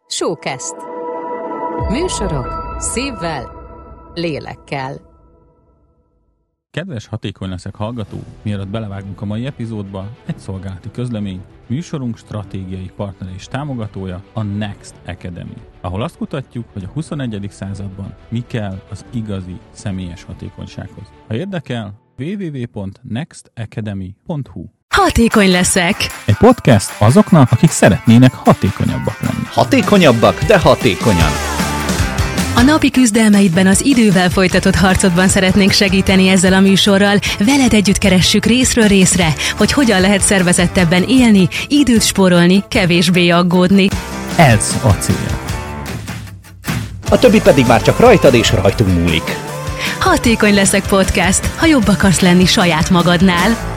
Showcast. Műsorok szívvel, lélekkel. Kedves Hatékony leszek hallgató, mielőtt belevágunk a mai epizódba, egy szolgálati közlemény. Műsorunk stratégiai partnere és támogatója a Next Academy, ahol azt kutatjuk, hogy a 21. században mi kell az igazi személyes hatékonysághoz. Ha érdekel, www.nextacademy.hu. Hatékony leszek! Egy podcast azoknak, akik szeretnének hatékonyabbak lenni. Hatékonyabbak, de hatékonyan. A napi küzdelmeidben, az idővel folytatott harcodban szeretnénk segíteni ezzel a műsorral. Veled együtt keressük részről részre, hogy hogyan lehet szervezettebben élni, időt spórolni, kevésbé aggódni. Ez a cél. A többi pedig már csak rajtad és rajtunk múlik. Hatékony leszek podcast, ha jobb akarsz lenni saját magadnál.